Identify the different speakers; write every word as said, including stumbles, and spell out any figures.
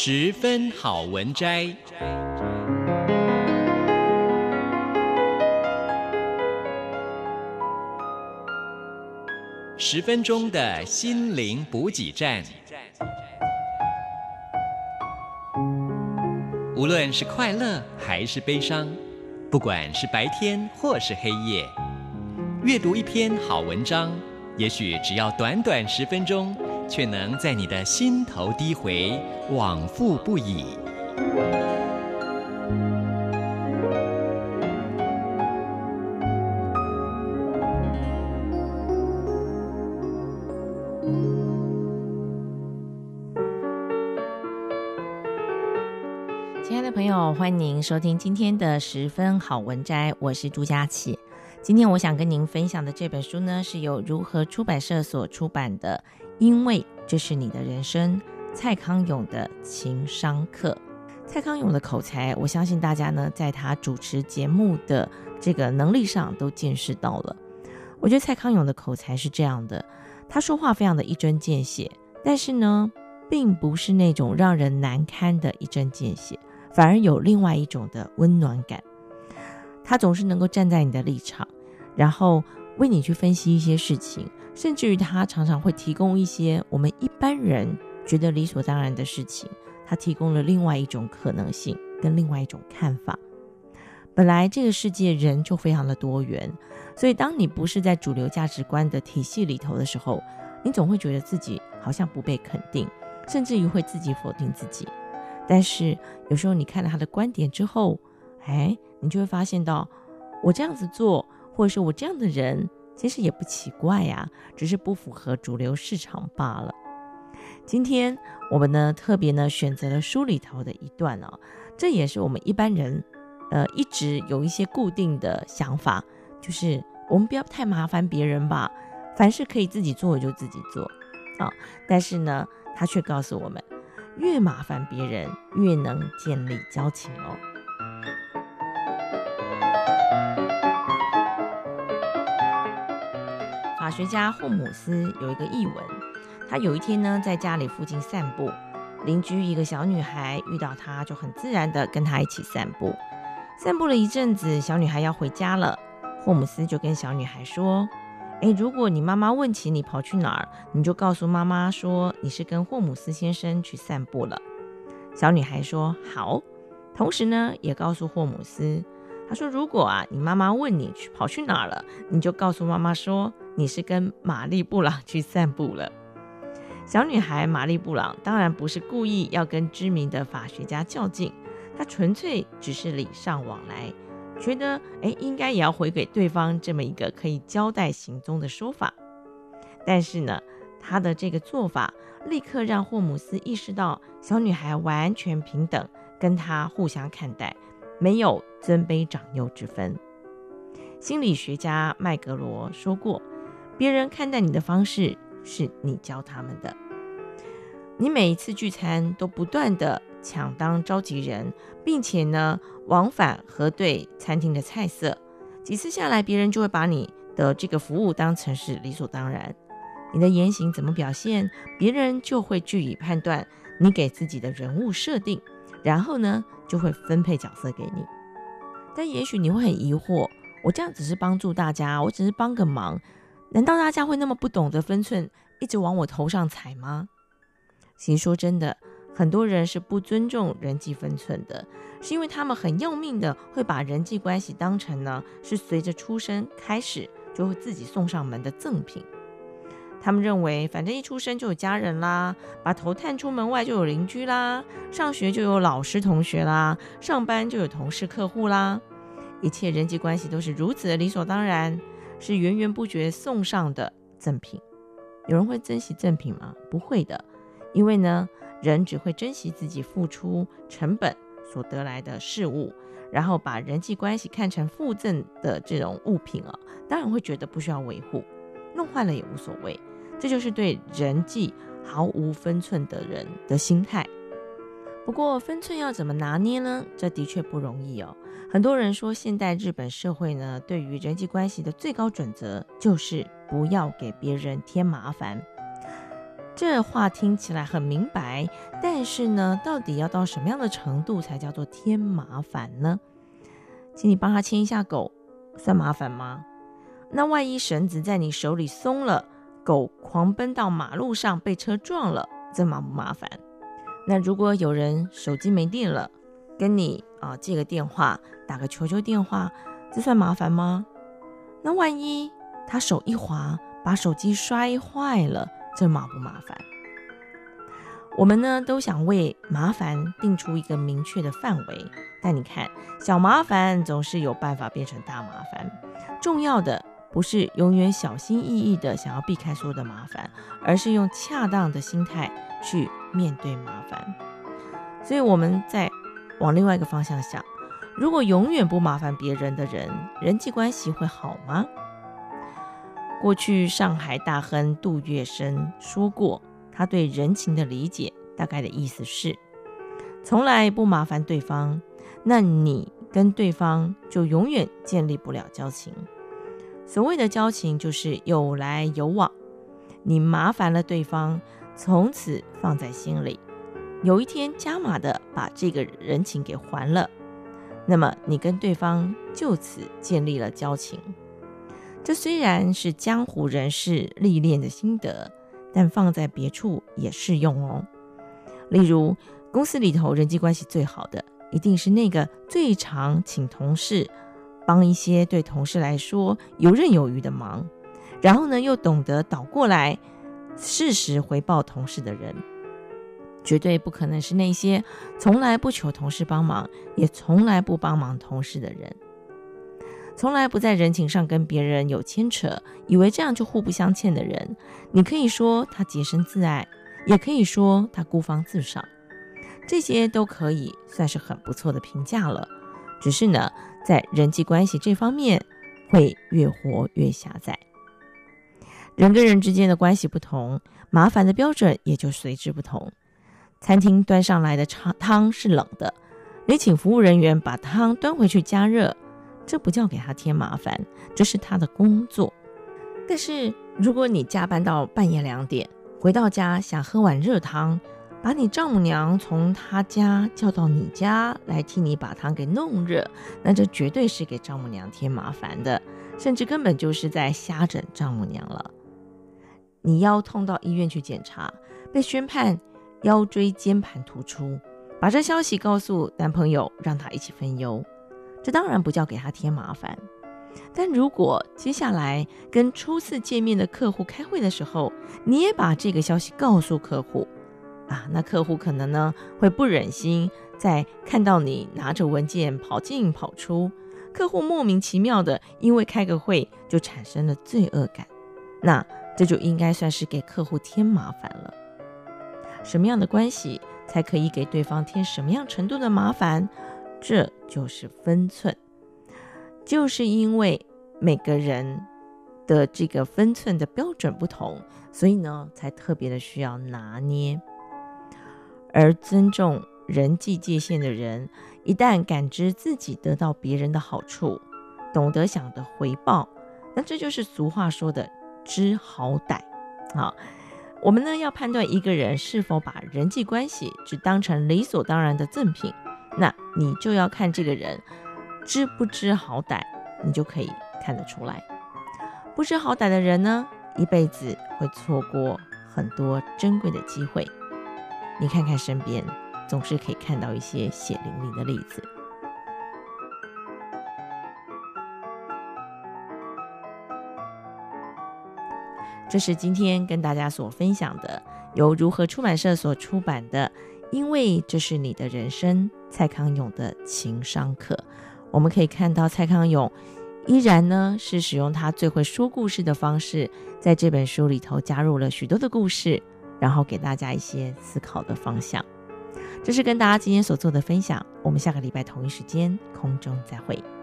Speaker 1: 十分好文摘。十分钟的心灵补给站。无论是快乐还是悲伤，不管是白天或是黑夜，阅读一篇好文章，也许只要短短十分钟，却能在你的心头低回，往复不已。
Speaker 2: 亲爱的朋友，欢迎您收听今天的十分好文摘，我是朱佳琪。今天我想跟您分享的这本书呢，是由如何出版社所出版的《因为这是你的人生》，蔡康永的情商课。蔡康永的口才，我相信大家呢在他主持节目的这个能力上都见识到了。我觉得蔡康永的口才是这样的，他说话非常的一针见血，但是呢并不是那种让人难堪的一针见血，反而有另外一种的温暖感。他总是能够站在你的立场，然后为你去分析一些事情，甚至于他常常会提供一些我们一般人觉得理所当然的事情，他提供了另外一种可能性跟另外一种看法。本来这个世界人就非常的多元，所以当你不是在主流价值观的体系里头的时候，你总会觉得自己好像不被肯定，甚至于会自己否定自己。但是有时候你看了他的观点之后，哎，你就会发现到我这样子做，或者是我这样的人，其实也不奇怪呀，只是不符合主流市场罢了。今天我们呢特别呢选择了书里头的一段哦，这也是我们一般人呃一直有一些固定的想法，就是我们不要太麻烦别人吧，凡事可以自己做就自己做啊、哦。但是呢，他却告诉我们，越麻烦别人，越能建立交情哦。法学家霍姆斯有一个译文，他有一天呢在家里附近散步，邻居一个小女孩遇到他，就很自然的跟他一起散步。散步了一阵子，小女孩要回家了，霍姆斯就跟小女孩说，诶，如果你妈妈问起你跑去哪儿，你就告诉妈妈说你是跟霍姆斯先生去散步了。小女孩说好，同时呢也告诉霍姆斯，她说如果啊你妈妈问你去跑去哪儿了，你就告诉妈妈说你是跟玛丽布朗去散步了。小女孩玛丽布朗当然不是故意要跟知名的法学家较劲，她纯粹只是礼尚往来，觉得诶应该也要回给对方这么一个可以交代行踪的说法。但是呢，她的这个做法立刻让霍姆斯意识到小女孩完全平等，跟她互相看待，没有尊卑长幼之分。心理学家麦格罗说过，别人看待你的方式是你教他们的。你每一次聚餐都不断的抢当召集人，并且呢往返核对餐厅的菜色，几次下来别人就会把你的这个服务当成是理所当然。你的言行怎么表现，别人就会据以判断你给自己的人物设定，然后呢就会分配角色给你。但也许你会很疑惑，我这样只是帮助大家，我只是帮个忙，难道大家会那么不懂得分寸，一直往我头上踩吗？其实说真的，很多人是不尊重人际分寸的，是因为他们很要命的会把人际关系当成呢是随着出生开始就会自己送上门的赠品。他们认为反正一出生就有家人啦，把头探出门外就有邻居啦，上学就有老师同学啦，上班就有同事客户啦，一切人际关系都是如此的理所当然，是源源不绝送上的赠品。有人会珍惜赠品吗？不会的，因为呢人只会珍惜自己付出成本所得来的事物，然后把人际关系看成附赠的这种物品啊，当然会觉得不需要维护，弄坏了也无所谓。这就是对人际毫无分寸的人的心态。不过分寸要怎么拿捏呢？这的确不容易哦。很多人说现代日本社会呢，对于人际关系的最高准则就是不要给别人添麻烦。 这话听起来很明白，但是呢，到底要到什么样的程度才叫做添麻烦呢？请你帮他牵一下狗，算麻烦吗？那万一绳子在你手里松了，狗狂奔到马路上被车撞了，这麻不麻烦？那如果有人手机没电了，跟你啊借个电话，打个求救电话，这算麻烦吗？那万一他手一滑，把手机摔坏了，这麻不麻烦？我们呢都想为麻烦定出一个明确的范围，但你看，小麻烦总是有办法变成大麻烦。重要的不是永远小心翼翼的想要避开所有的麻烦，而是用恰当的心态去面对麻烦。所以我们再往另外一个方向想，如果永远不麻烦别人的人，人际关系会好吗？过去上海大亨杜月笙说过，他对人情的理解大概的意思是，从来不麻烦对方，那你跟对方就永远建立不了交情。所谓的交情就是有来有往，你麻烦了对方，从此放在心里，有一天加码的把这个人情给还了，那么你跟对方就此建立了交情。这虽然是江湖人士历练的心得，但放在别处也适用哦。例如，公司里头人际关系最好的，一定是那个最常请同事帮一些对同事来说游刃有余的忙，然后呢又懂得倒过来适时回报同事的人。绝对不可能是那些从来不求同事帮忙，也从来不帮忙同事的人。从来不在人情上跟别人有牵扯，以为这样就互不相欠的人，你可以说他洁身自爱，也可以说他孤芳自赏，这些都可以算是很不错的评价了。只是呢，在人际关系这方面会越活越狭窄。人跟人之间的关系不同，麻烦的标准也就随之不同。餐厅端上来的汤是冷的，你请服务人员把汤端回去加热，这不叫给他添麻烦，这是他的工作。但是如果你加班到半夜两点，回到家想喝碗热汤，把你丈母娘从她家叫到你家来替你把汤给弄热，那这绝对是给丈母娘添麻烦的，甚至根本就是在瞎整丈母娘了。你腰痛到医院去检查，被宣判腰椎间盘突出，把这消息告诉男朋友，让他一起分忧，这当然不叫给他添麻烦。但如果接下来跟初次见面的客户开会的时候，你也把这个消息告诉客户啊，那客户可能呢会不忍心再看到你拿着文件跑进跑出，客户莫名其妙的因为开个会就产生了罪恶感，那这就应该算是给客户添麻烦了。什么样的关系才可以给对方添什么样程度的麻烦？这就是分寸。就是因为每个人的这个分寸的标准不同，所以呢才特别的需要拿捏。而尊重人际界限的人，一旦感知自己得到别人的好处，懂得想的回报，那这就是俗话说的知好歹。好，我们呢要判断一个人是否把人际关系只当成理所当然的赠品，那你就要看这个人知不知好歹，你就可以看得出来。不知好歹的人呢，一辈子会错过很多珍贵的机会。你看看身边，总是可以看到一些血淋淋的例子。这是今天跟大家所分享的，由如何出版社所出版的《因为这是你的人生》，蔡康永的情商课。我们可以看到蔡康永依然呢是使用他最会说故事的方式，在这本书里头加入了许多的故事，然后给大家一些思考的方向。这是跟大家今天所做的分享，我们下个礼拜同一时间空中再会。